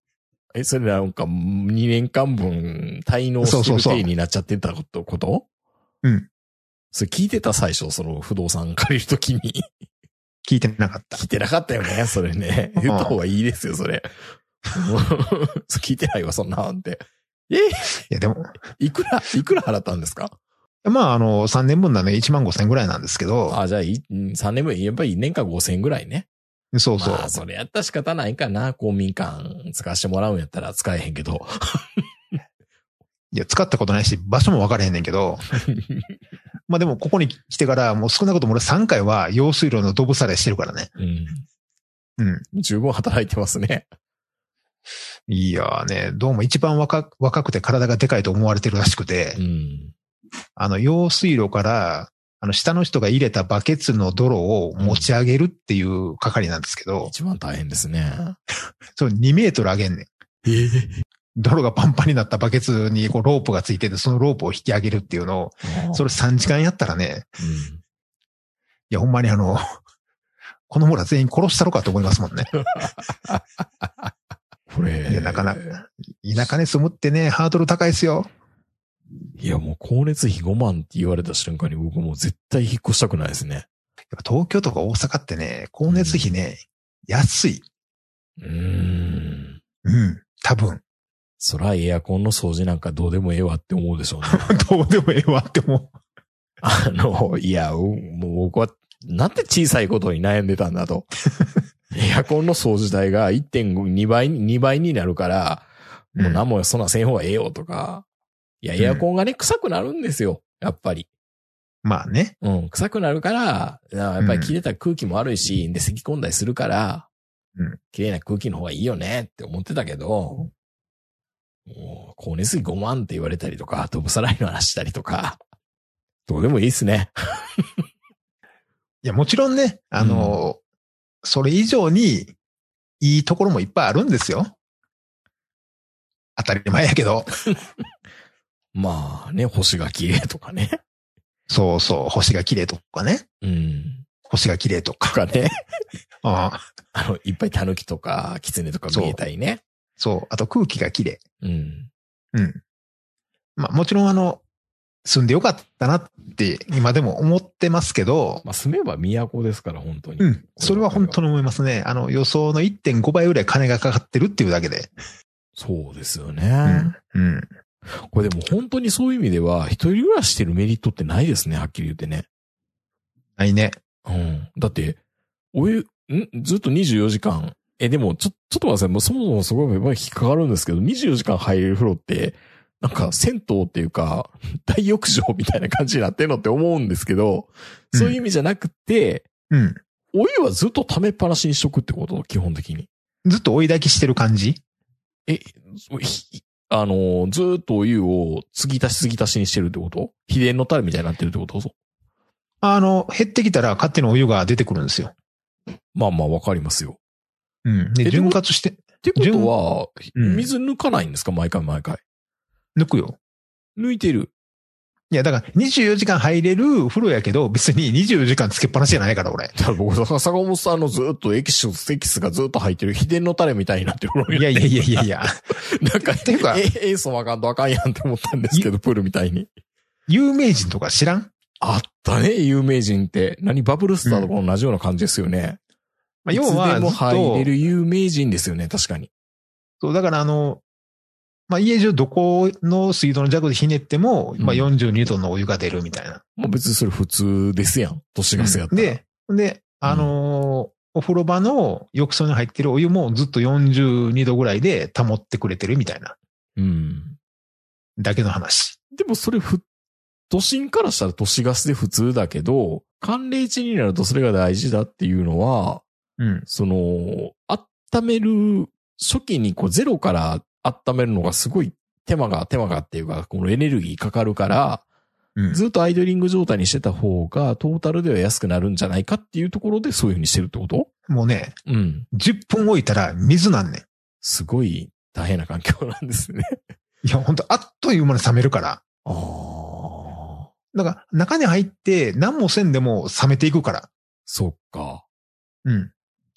え、それなんかにねんかんぶん滞納してる体になっちゃってたことことうん。 それ聞いてた最初、その不動産借りるときに。 聞いてなかった。 聞いてなかったよね、それね。言った方がいいですよ、それ。聞いてないわ、そんなんって。えいや、でも。 いくら、いくら払ったんですか？ まあ、あの、さんねんぶんなのでいちまんごせんぐらいなんですけど。 あ、じゃあ、さんねんぶん、やっぱり年間ごせんぐらいね。 そうそう。 まあ、それやったら仕方ないかな。公民館使わせてもらうんやったら使えへんけど。 いや、使ったことないし、場所も分からへんねんけど。まあでも、ここに来てから、もう少なくとも俺さんかいは用水路のドブされしてるからね。 うん。 うん。 十分働いてますね。 いやーね、どうも一番若、若くて体がでかいと思われてるらしくて。 うん。 あの、用水路から、あの、下の人が入れたバケツの泥を持ち上げるっていう係なんですけど。うん、 一番大変ですね。 そう、にメートル上げんねん。 えー、 泥がパンパンになったバケツにこうロープがついてて、そのロープを引き上げるっていうのを、それさんじかんやったらね、うん、いや、ほんまにあの、この村全員殺したろかと思いますもんね。 これ。 いや、なかなか、田舎に住むってね、ハードル高いですよ。 いや、もう光熱費ごまんって言われた瞬間に僕もう絶対引っ越したくないですね。 東京とか大阪ってね、光熱費ね、うん、安い。 うーん。 うん、多分。 そらエアコンの掃除なんかどうでもええわって思うでしょうね。 どうでもええわって思う。 あの、いや、もう僕は、なんて小さいことに悩んでたんだと。エアコンの掃除代が いってんご、にばい、にばいになるから、もう何もそんなせん方がええよとか。いや、エアコンがね、臭くなるんですよ。やっぱり。 まあね。 うん、臭くなるから、やっぱり切れた空気も悪いし、うん、で、咳き込んだりするから、うん、綺麗な空気の方がいいよねって思ってたけど、もう、光熱費ごまんって言われたりとか、ドブさらいの話したりとか、どうでもいいっすね。 いや、もちろんね、あの、うん、それ以上にいいところもいっぱいあるんですよ。当たり前やけど。 まあね、星が綺麗とかね。 そうそう、星が綺麗とかね。 うん。 星が綺麗とか。 とかね。 ああ。 あの、いっぱい狸とか狐とか見えたりね。 そう。そう。あと空気が綺麗。 うん。 うん。まあもちろんあの、住んでよかったなって今でも思ってますけど。 まあ住めば都ですから本当に。 うん。それは本当に思いますね。あの予想の いってんご 倍ぐらい金がかかってるっていうだけで。 そうですよね。 うん。うん。 これでも本当にそういう意味では、一人暮らししてるメリットってないですね、はっきり言ってね。 ないね。 うん。だって、お湯、んずっとにじゅうよじかん。え、でも、ちょ、ちょっと待ってください。もうそもそもすごいやっぱり引っかかるんですけど、にじゅうよじかん入れる風呂って、なんか銭湯っていうか、大浴場みたいな感じになってんのって思うんですけど、そういう意味じゃなくて、 うん。 お湯はずっと溜めっぱなしにしとくってこと、基本的に。 ずっと追い炊きしてる感じ？ え、あの、ずーっとお湯を継ぎ足し継ぎ足しにしてるってこと？秘伝のタレみたいになってるってこと？ あの、減ってきたら勝手にお湯が出てくるんですよ。 まあまあわかりますよ。 うん。で、潤滑して。 ってことは、水抜かないんですか？毎回毎回。 抜くよ。 抜いてる。 いや、だからにじゅうよじかん入れる風呂やけど、別ににじゅうよじかんつけっぱなしじゃないから、俺。 だから僕、坂本さんのずっとエキス、エキスがずっと入ってる秘伝のタレみたいになってる風呂いやいやいやいやいや。 なんか、 っていうか、 え、エースもあかんとあかんやんって思ったんですけど、プールみたいに。 有名人とか知らん？ あったね、有名人って。何、バブルスターとか同じような感じですよね。 まあ、要は、 いつでも入れる有名人ですよね、確かに。 そう、だからあの、まあ、家中どこの水道の弱でひねっても、まあ、よんじゅうにどのお湯が出るみたいな。 まあ、別にそれ普通ですやん。都市ガスやったら。 で、で、あのー、お風呂場の浴槽に入ってるお湯もずっとよんじゅうにどぐらいで保ってくれてるみたいな。 うん。 だけの話。 でもそれふ、都心からしたら都市ガスで普通だけど、寒冷地になるとそれが大事だっていうのは、 うん。 その、温める、初期にこうゼロから温めるのがすごい手間が、手間がっていうか、このエネルギーかかるから、うん、ずっとアイドリング状態にしてた方が、トータルでは安くなるんじゃないかっていうところでそういう風にしてるってこと？ もうね、 うん。じゅっぷん置いたら水なんねん。 すごい大変な環境なんですね。 いや、ほんとあっという間に冷めるから。ああ。 だから、中に入って何もせんでも冷めていくから。 そっか。 うん。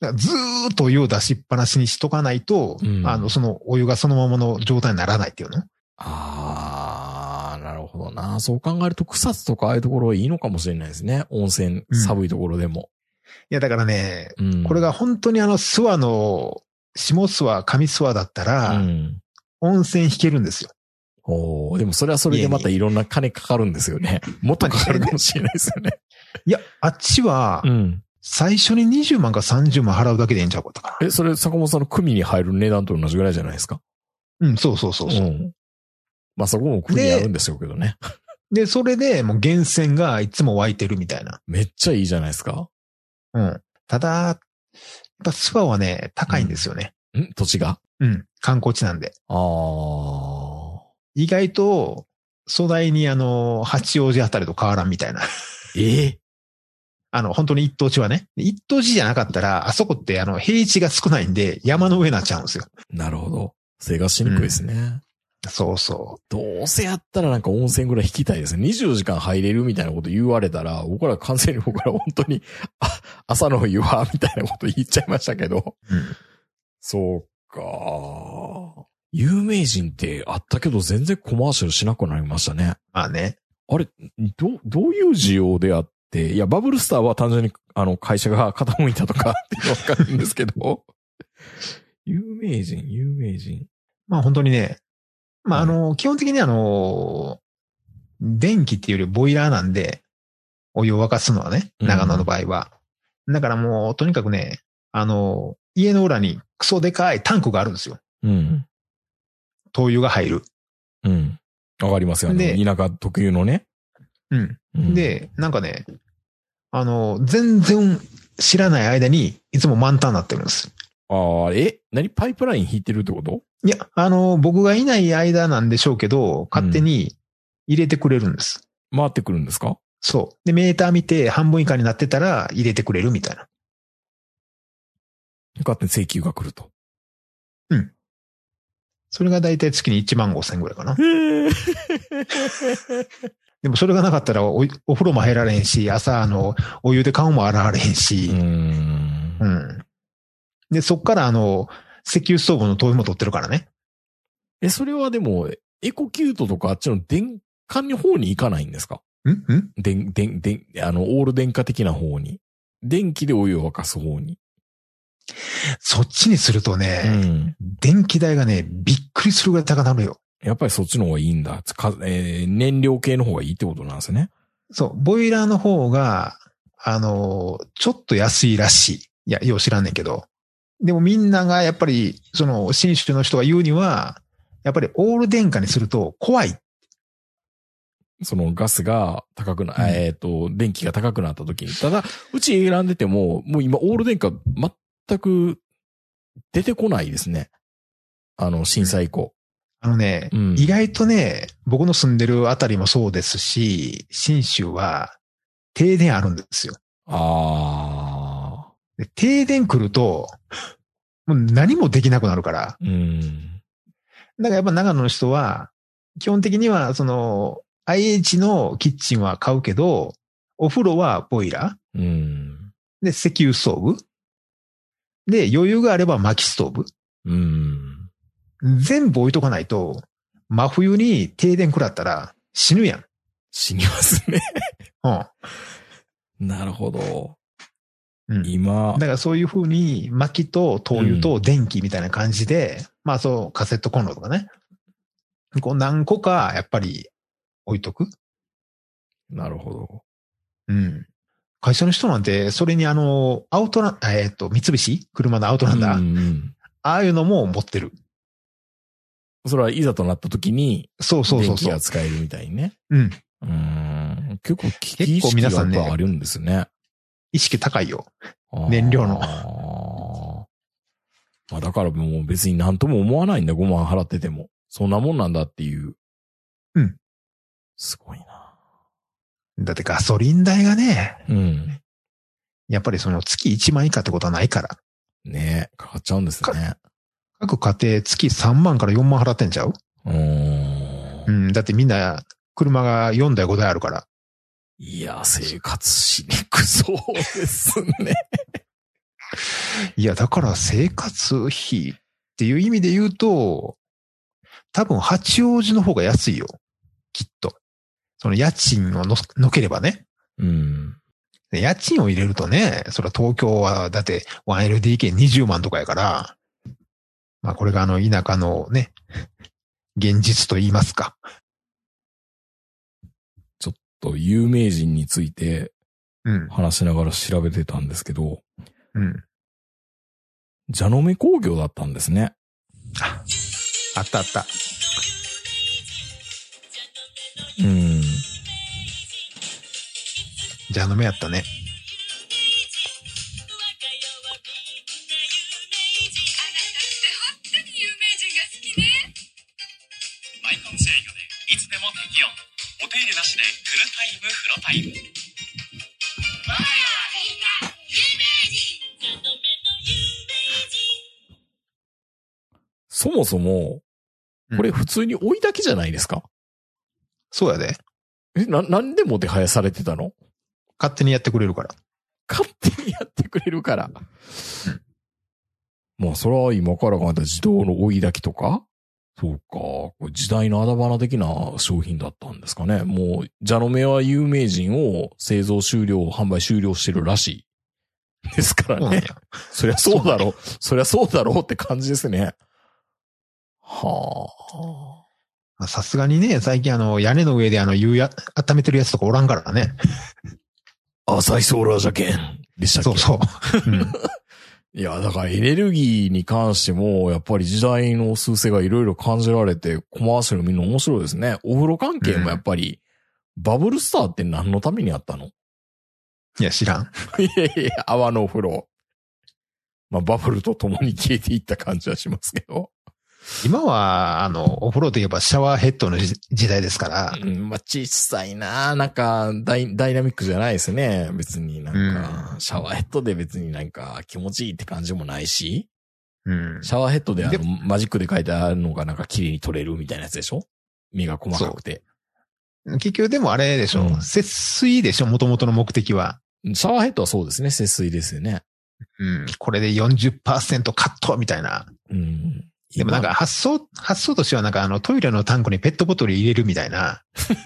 ずーっとお湯を出しっぱなしにしとかないと、うん、あの、そのお湯がそのままの状態にならないっていうの。 あー、なるほどな。そう考えると草津とかああいうところはいいのかもしれないですね。温泉、寒いところでも。 うん、いや、だからね、うん、これが本当にあの、諏訪の、下諏訪、上諏訪だったら、うん、温泉引けるんですよ。 おー、でもそれはそれでまたいろんな金かかるんですよね。もっとかかるかもしれないですよね。 いや、あっちは、うん最初ににじゅうまんかさんじゅうまん払うだけでいいんちゃうかったかな。え、それ坂本さんの組に入る値段と同じぐらいじゃないですか。 うん、そうそうそうそう。うん、 まあそこも組あるんでしょうけどね。 で、それでもう源泉がいつも湧いてるみたいな。 めっちゃいいじゃないですか。 うん。ただ、やっぱ諏訪はね、高いんですよね。 うん、ん土地がうん、観光地なんで。 ああ。 意外と、粗大にあの、八王子あたりと変わらんみたいな。 ええあの、本当に一等地はね。一等地じゃなかったら、あそこってあの、平地が少ないんで、山の上になっちゃうんですよ。 なるほど。生活しにくいですね、 うん。そうそう。 どうせやったらなんか温泉ぐらい引きたいですね。にじゅうよじかん入れるみたいなこと言われたら、僕ら完全に僕ら本当に、あ、朝の湯は、みたいなこと言っちゃいましたけど。うん、そうか。有名人ってあったけど全然コマーシャルしなくなりましたね。 まあね。 あれ、ど、どういう需要であって、いや、バブルスターは単純に、あの、会社が傾いたとかっていうのわかるんですけど、有名人、有名人。 まあ本当にね、まああの、基本的にあの、電気っていうよりボイラーなんで、お湯を沸かすのはね、長野の場合は。うん、だからもう、とにかくね、あの、家の裏にクソでかいタンクがあるんですよ。うん。灯油が入る。 うん。わかりますよね。田舎特有のね。 うん。うん、で、なんかね、あの、全然知らない間にいつも満タンになってるんです。 ああ、え何パイプライン引いてるってこと？ いや、あの、僕がいない間なんでしょうけど、勝手に入れてくれるんです。 うん、回ってくるんですか？ そう。で、メーター見て半分以下になってたら入れてくれるみたいな。 勝手に請求が来ると。 うん。それがだいたい月にいちまんごせんぐらいかな。でもそれがなかったら お, お風呂も入られへんし、朝あの、お湯で顔も洗われへんし。うん。うん。で、そっからあの、石油ストーブの灯油も取ってるからね。 え、それはでも、エコキュートとかあっちの電化の方に行かないんですか？ んん電、電、電、あの、オール電化的な方に。電気でお湯を沸かす方に。 そっちにするとね、うん、電気代がね、びっくりするぐらい高くなるよ。 やっぱりそっちの方がいいんだ。かえー、燃料系の方がいいってことなんですね。 そう、ボイラーの方が、あの、ちょっと安いらしい。いや、よう知らんねんけど。でもみんながやっぱり、その、新種の人が言うには、やっぱりオール電化にすると怖い。 そのガスが高くな、うん、えっと、電気が高くなった時に。ただ、うち選んでても、もう今オール電化全く出てこないですね。あの、震災以降。 あのね、うん、意外とね、僕の住んでるあたりもそうですし、信州は停電あるんですよ。ああ。で停電来ると、もう何もできなくなるから。うん。だからやっぱ長野の人は、基本的にはその、アイエイチ のキッチンは買うけど、お風呂はボイラー。うん。で、石油ストーブ。で、余裕があれば薪ストーブ。うん。全部置いとかないと、真冬に停電食らったら死ぬやん。 死にますね。うん。なるほど。 うん、今。だからそういう風に薪と灯油と電気みたいな感じで、うん、まあそうカセットコンロとかね。こう何個かやっぱり置いとく。 なるほど。 うん。会社の人なんて、それにあの、アウトラン、えっと、三菱車のアウトランダー。うんうん、ああいうのも持ってる。 それはいざとなった時に、 そうそうそうそう。 電気が使えるみたいにね。 うん。 うん。結構危機意識があるんですね。 意識高いよ。燃料の。 まあだからもう別に何とも思わないんだ、ごまん払ってても。そんなもんなんだっていう。 うん。 すごいな。 だってガソリン代がね。 うん。 やっぱりその月いちまん以下ってことはないから。 ねえ、かかっちゃうんですね。 各家庭月さんまんからよんまん払ってんちゃう？うーん。うん。だってみんな車がよんだいごだいあるから。 いや、生活しにくそうですね。 いや、だから生活費っていう意味で言うと、多分八王子の方が安いよ。きっと。その家賃をの、のければね。 うん。 家賃を入れるとね、それは東京はだって ワンエルディーケーにじゅうまんとかやから、まあこれがあの田舎のね、現実と言いますか。 ちょっと有名人についてうん。 話しながら調べてたんですけど、 うん。 蛇の目工業だったんですね。 あ、あったあった。 うん。 蛇の目やったね。 マイコン制御でいつでも適温。お手入れなしでフルタイムフロタイム。我が家はみんな有名人。蛇の目の有名人。 そもそも、これ普通に追いだけじゃないですか？ そうやで。 え、な、なんでもてはやされてたの？ 勝手にやってくれるから。 勝手にやってくれるから。うん、まあ、それは今から考えた自動の追い焚きとか？そうか。これ時代のあだ花的な商品だったんですかね。もう、蛇の目は有名人を製造終了、販売終了してるらしい。ですからね。そりゃそうだろう。そりゃそうだろうって感じですね。はあ。さすがにね、最近あの、屋根の上であの、湯や、温めてるやつとかおらんからね。 浅いソーラーじゃけん。でしたっけ？ そうそう。うん、 いや、だからエネルギーに関しても、やっぱり時代の趨勢がいろいろ感じられて、コマーシャル見るの面白いですね。お風呂関係もやっぱり、うん、バブルスターって何のためにあったの？ いや、知らん。 いやいや、泡のお風呂。まあ、バブルと共に消えていった感じはしますけど。 今は、あの、お風呂といえばシャワーヘッドの時代ですから。 うん、まあ、小さいな。なんかダイ、ダイナミックじゃないですね。別になんか、うん、シャワーヘッドで別になんか気持ちいいって感じもないし。うん。シャワーヘッドであの、マジックで書いてあるのがなんか綺麗に取れるみたいなやつでしょ？身が細かくて。 結局でもあれでしょ、うん、節水でしょ？元々の目的は。 シャワーヘッドはそうですね。節水ですよね。 うん。これで よんじゅっパーセント カットみたいな。うん。でもなんか発想、発想としてはなんかあのトイレのタンクにペットボトル入れるみたいな。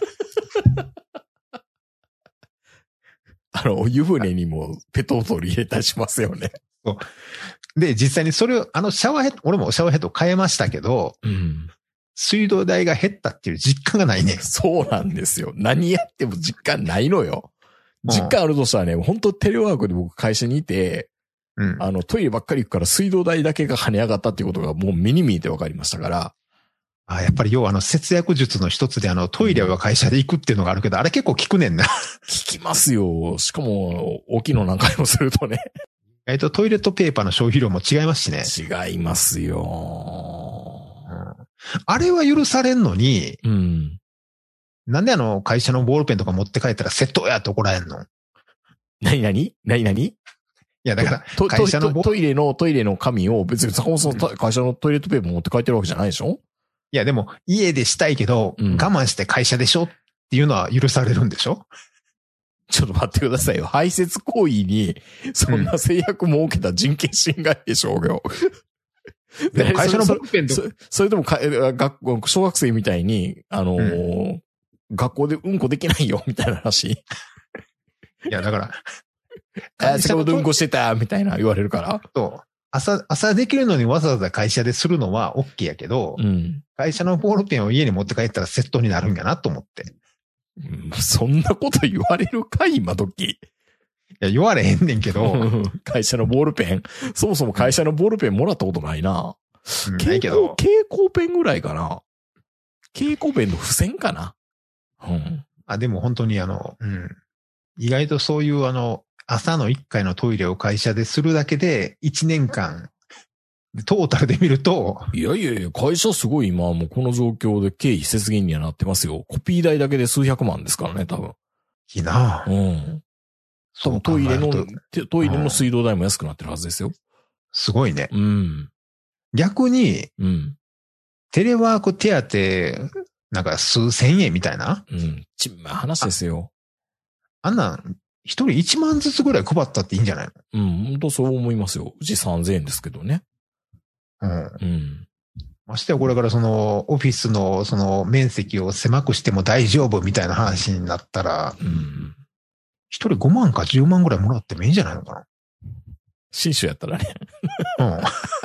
あの、湯船にもペットボトル入れたりしますよね。 そう。で、実際にそれを、あのシャワーヘッド、俺もシャワーヘッド変えましたけど、うん、水道代が減ったっていう実感がないね。 そうなんですよ。何やっても実感ないのよ。実感あるとしたらね、本当テレワークで僕会社にいて、うん、あの、トイレばっかり行くから水道代だけが跳ね上がったっていうことがもう目に見えて分かりましたから。 あ、やっぱり要はあの節約術の一つであのトイレは会社で行くっていうのがあるけど、あれ結構効くねんな。効きますよ。しかも、大きいの何回もするとね。 意外とトイレットペーパーの消費量も違いますしね。 違いますよ、 うん。あれは許されんのに、うん、なんであの会社のボールペンとか持って帰ったら窃盗やって怒られんの？ 何何何何いや、だから、会社のトイレの、トイレの紙を別に坂本さん会社のトイレットペーパー持って帰ってるわけじゃないでしょ？ いや、でも、家でしたいけど、うん、我慢して会社でしょっていうのは許されるんでしょ？ ちょっと待ってくださいよ。排泄行為に、そんな制約設けた人権侵害でしょうよ。 うん、でも会社のボールペンとそれ、それでもか学校、小学生みたいに、あのーうん、学校でうんこできないよ、みたいな話。いや、だから、 あ、仕事うんこしてた、みたいな言われるから。 そう。朝、朝できるのにわざわざ会社でするのは OK やけど、うん、会社のボールペンを家に持って帰ったら窃盗になるんやなと思って。 うん、そんなこと言われるか今時。いや、言われへんねんけど。 会社のボールペンそもそも会社のボールペンもらったことないな。 うん、ないけど。 蛍光ペンぐらいかな。蛍光ペンの付箋かな。うん。 あ、でも本当にあの、うん。意外とそういうあの、朝のいっかいのトイレを会社でするだけでいちねんかん、トータルで見ると。 いやいやいや、会社すごい今もうこの状況で経費節減にはなってますよ。コピー代だけで数百万ですからね、多分。 いいなぁ。うん。 多分トイレの、トイレの水道代も安くなってるはずですよ。 すごいね。 うん。 逆に、うん。テレワーク手当、なんか数千円みたいな。 うん。ちんま話ですよ。 あんなん、 一人いちまんずつぐらい配ったっていいんじゃないの？ うん、本当そう思いますよ。うちさんぜんえんですけどね。 うん。 うん。 ましてやこれからその、オフィスのその面積を狭くしても大丈夫みたいな話になったら、 うん。 一人ごまんかじゅうまんぐらいもらってもいいんじゃないのかな？ 新種やったらね。 うん。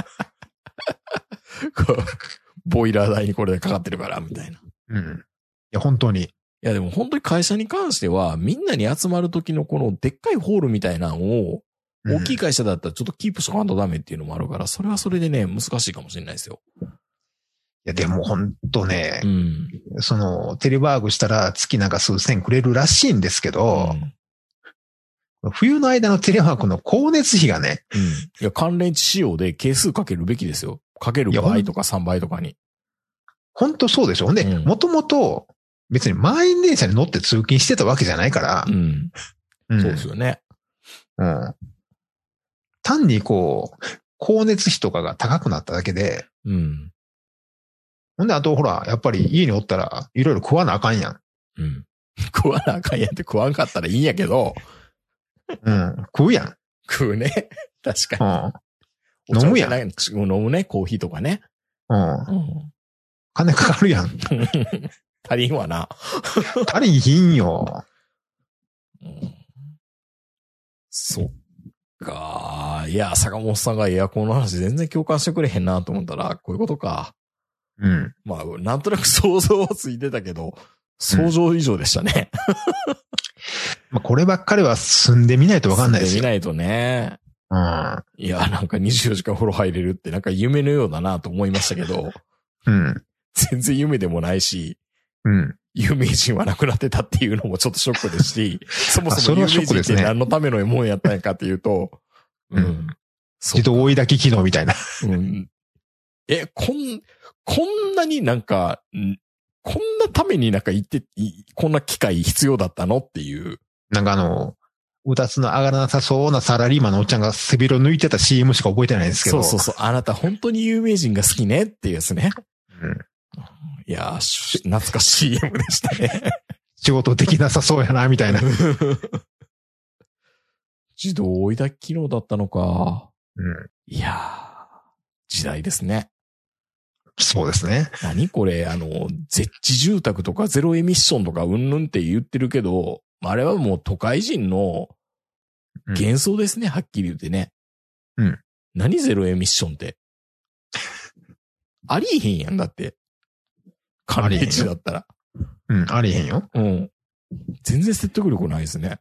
こうボイラー代にこれでかかってるから、みたいな。 うん。いや、本当に。 いやでも本当に会社に関しては、みんなに集まる時のこのでっかいホールみたいなのを、大きい会社だったらちょっとキープしとかんとダメっていうのもあるから、それはそれでね、難しいかもしれないですよ。 いや、でも本当ね、 うん、 その、テレワークしたら月なんか数千くれるらしいんですけど、うん、冬の間のテレワークの光熱費がね、 うん。いや、乾電池仕様で係数かけるべきですよ。かけるごばいとかさんばいとかに。 本当そうでしょ。ほんで、もともと、別に満員電車に乗って通勤してたわけじゃないから。 うん。うん、そうですよね。 うん。単にこう、光熱費とかが高くなっただけで。 うん。 ほんで、あとほら、やっぱり家におったら、いろいろ食わなあかんやん。 うん。食わなあかんやんって食わんかったらいいんやけど。 うん。食うやん。 食うね。確かに。 うん。飲むやん。 飲むね、コーヒーとかね。 うん。うん、金かかるやん。 足りんわな。 足りひんよ。 うん、そっか。いや、坂本さんがエアコンの話全然共感してくれへんなと思ったら、こういうことか。 うん。 まあ、なんとなく想像はついてたけど、想像以上でしたね。 うん、まあこればっかりは住んでみないとわかんないですよ。 住んでみないとね。 うん。 いや、なんかにじゅうよじかん風呂入れるってなんか夢のようだなと思いましたけど。 うん。 全然夢でもないし。 うん。 有名人は亡くなってたっていうのもちょっとショックですし、そもそも有名人って何のためのもんやったんかっていうと、 うん。うん、自動追い焚き機能みたいな。 うん。え、こん、こんなになんか、こんなためになんか言って、こんな機械必要だったのっていう。 なんかあの、うたつの上がらなさそうなサラリーマンのおっちゃんが背広抜いてた シーエム しか覚えてないんですけど。 そうそうそう。あなた本当に有名人が好きねっていうやつね。 うん。 いやー、懐かしい シーエム でしたね。 仕事できなさそうやな、みたいな。 自動追い焚き機能だったのか。 うん。 いやー、時代ですね。 そうですね。 何これ、あの、絶地住宅とかゼロエミッションとかうんぬんって言ってるけど、あれはもう都会人の幻想ですね、うん、はっきり言ってね。 うん。 何ゼロエミッションって。ありえへんやん、だって。寒冷地だったら。 うん、ありえへんよ。 うん。全然説得力ないですね。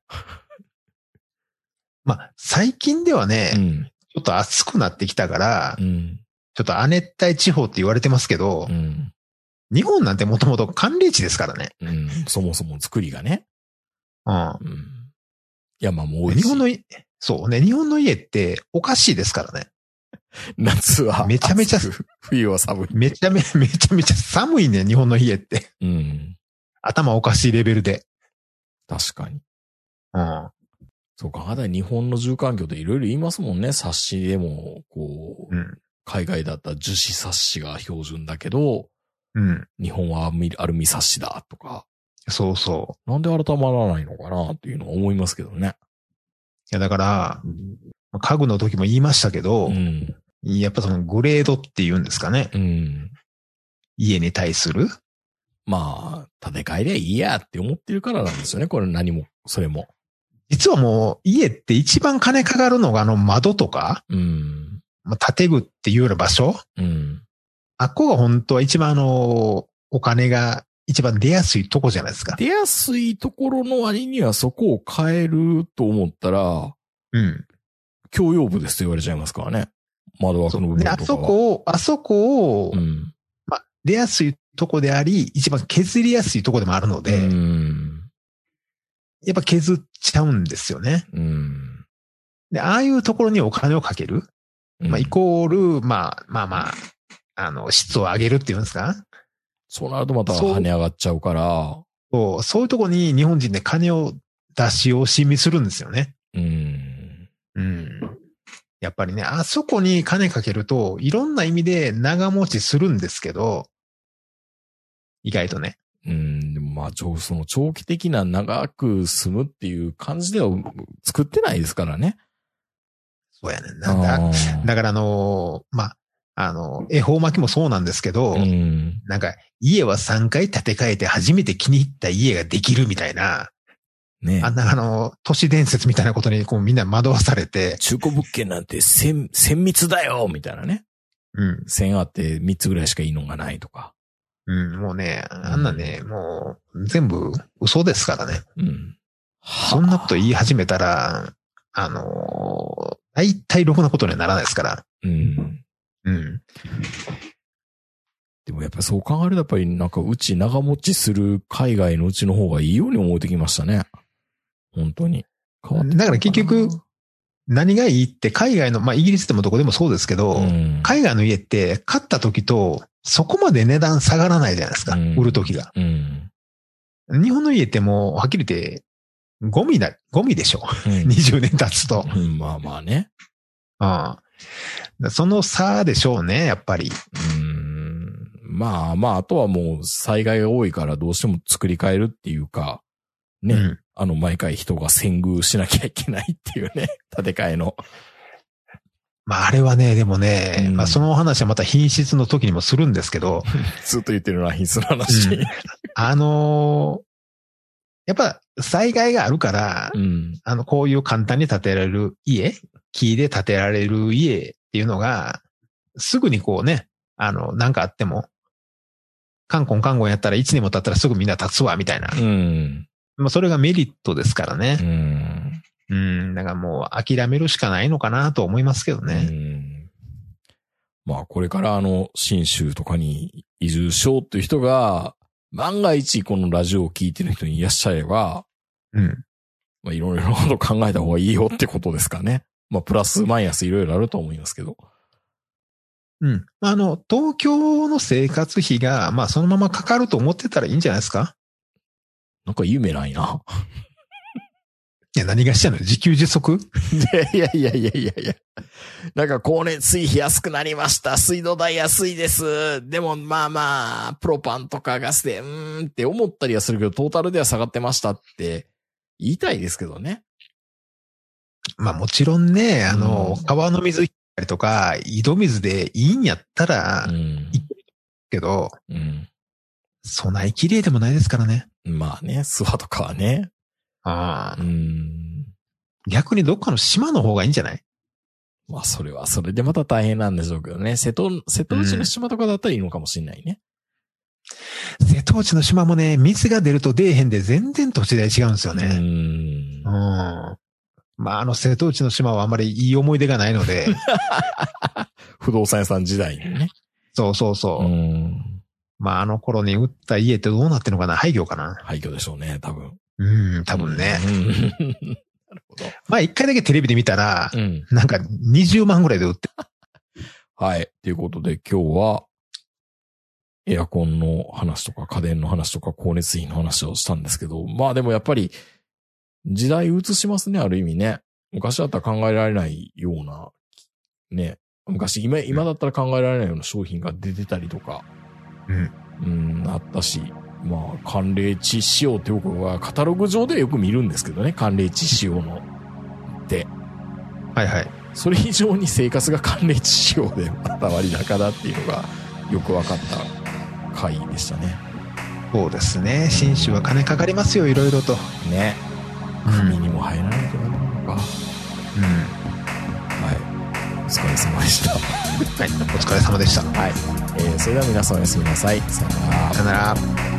まあ、最近ではね、うん、ちょっと暑くなってきたから、うん、ちょっと亜熱帯地方って言われてますけど、うん、日本なんてもともと寒冷地ですからね。 うん。そもそも作りがね。 うん。うん、 いや、まあもう日本の、そうね、日本の家っておかしいですからね。 夏はめちゃめちゃ、 冬は寒い。 めちゃめちゃめちゃめちゃ寒いね、日本の家って。 うん。 頭おかしいレベルで。 確かに。 うん。 そうか、まだ日本の住環境っていろいろ言いますもんね。冊子でも、こう、うん、海外だったら樹脂冊子が標準だけど、 うん。 日本はアルミ冊子だとか。 そうそう。 なんで改まらないのかなっていうのは思いますけどね。 いや、だから、家具の時も言いましたけど、うん、やっぱそのグレードっていうんですかね。 うん、 家に対するまあ、建て替えりゃいいやって思ってるからなんですよね。これ何も、それも。 実はもう家って一番金かかるのがあの窓とか、 うん、 まあ、建具っていうような場所、 うん、 あっこが本当は一番あの、お金が一番出やすいとこじゃないですか。 出やすいところの割にはそこを変えると思ったら、 うん。 共用部ですと言われちゃいますからね。窓枠の部分とかは。 あそこを、あそこを、うん、まあ、出やすいとこであり、一番削りやすいとこでもあるので、 うん、 やっぱ削っちゃうんですよね。 うん、 で、ああいうところにお金をかける。うん、まあ、イコール、まあ、まあまあ、あの、質を上げるっていうんですか？ そうなるとまた跳ね上がっちゃうから。 そう、そういうところに日本人で金を出し惜しみするんですよね。 うん。 うん。やっぱりね、あそこに金かけると、いろんな意味で長持ちするんですけど、意外とね。 うん、でもまあ、その長期的な長く住むっていう感じでは作ってないですからね。 そうやねんな。だ, だからあのー、まあ、あの、恵方巻きもそうなんですけど、うん、なんか、家はさんかい建て替えて初めて気に入った家ができるみたいな、ね、あんなあの、都市伝説みたいなことにこうみんな惑わされて。 中古物件なんて千、千密だよみたいなね。うん。千あって三つぐらいしかいいのがないとか。 うん、もうね、あんなね、うん、もう、全部嘘ですからね。うん。そんなこと言い始めたら、あのー、大体ろくなことにはならないですから。うん。うん。 でもやっぱりそう考えるとやっぱりなんかうち長持ちする海外のうちの方がいいように思えてきましたね。本当に。 だから結局、何がいいって海外の、まあイギリスでもどこでもそうですけど、うん、海外の家って買った時とそこまで値段下がらないじゃないですか。うん、売る時が、うん。日本の家ってもうはっきり言ってゴミだ、ゴミでしょ。うん、にじゅうねん経つと。 うん、まあまあね。 ああ。その差でしょうね、やっぱり。 うん、まあまあ、あとはもう災害が多いからどうしても作り変えるっていうか、ね。うん、あの、毎回人が遷宮しなきゃいけないっていうね、建て替えの。 まあ、あれはね、でもね、うん、まあ、その話はまた品質の時にもするんですけど。 ずっと言ってるのは品質の話。うん、 あのー、やっぱ災害があるから、うん、あの、こういう簡単に建てられる家、木で建てられる家っていうのが、すぐにこうね、あの、なんかあっても、カンコンカンコンやったらいちねんも経ったらすぐみんな立つわ、みたいな。うんまあそれがメリットですからね。うん。うん。だからもう諦めるしかないのかなと思いますけどね。うん。 まあこれからあの、新州とかに移住しようっていう人が、万が一このラジオを聞いてる人にいらっしゃれば、うん。まあいろいろなこと考えた方がいいよってことですかね。まあプラスマイナスいろいろあると思いますけど。 うん。あの、東京の生活費が、まあそのままかかると思ってたらいいんじゃないですか？ なんか夢ないな。 いや、何がしたの？自給自足？ いやいやいやいやいや。なんか光熱水費安くなりました。水道代安いです。でもまあまあ、プロパンとかガスで、うーんって思ったりはするけど、トータルでは下がってましたって言いたいですけどね。 まあもちろんね、あの、うん、川の水とか、井戸水でいいんやったら、いいけど、うん、そない綺麗でもないですからね。 まあね、諏訪とかはね。ああ。うん。 逆にどっかの島の方がいいんじゃない？ まあそれはそれでまた大変なんでしょうけどね。瀬戸、瀬戸内の島とかだったらいいのかもしれないね。 うん、瀬戸内の島もね、水が出ると出えへんで全然土地代違うんですよね。うん。うん。まああの瀬戸内の島はあんまりいい思い出がないので。 不動産屋さん時代にね。 そうそうそう。うんまああの頃に売った家ってどうなってんのかな？廃墟かな？ 廃墟でしょうね、多分。 うん、多分ね。うん、なるほど。まあ一回だけテレビで見たら、うん、なんかにじゅうまんぐらいで売って。 はい。ということで今日は、エアコンの話とか家電の話とか光熱費の話をしたんですけど、まあでもやっぱり時代移しますね、ある意味ね。昔だったら考えられないような、ね。昔、今、今だったら考えられないような商品が出てたりとか。うん。うん、あったし、まあ、寒冷地仕様って僕はカタログ上でよく見るんですけどね、寒冷地仕様の。で。 はいはい。 それ以上に生活が寒冷地仕様でまた割高だっていうのがよく分かった回でしたね。 そうですね。新種は金かかりますよ、いろいろと。 ね。海にも入らないとダメなのか。うん。はい。お疲れ様でした。 はい。お疲れ様でした。 はい。えー、それでは皆さんおやすみなさい。さよなら。 さよなら。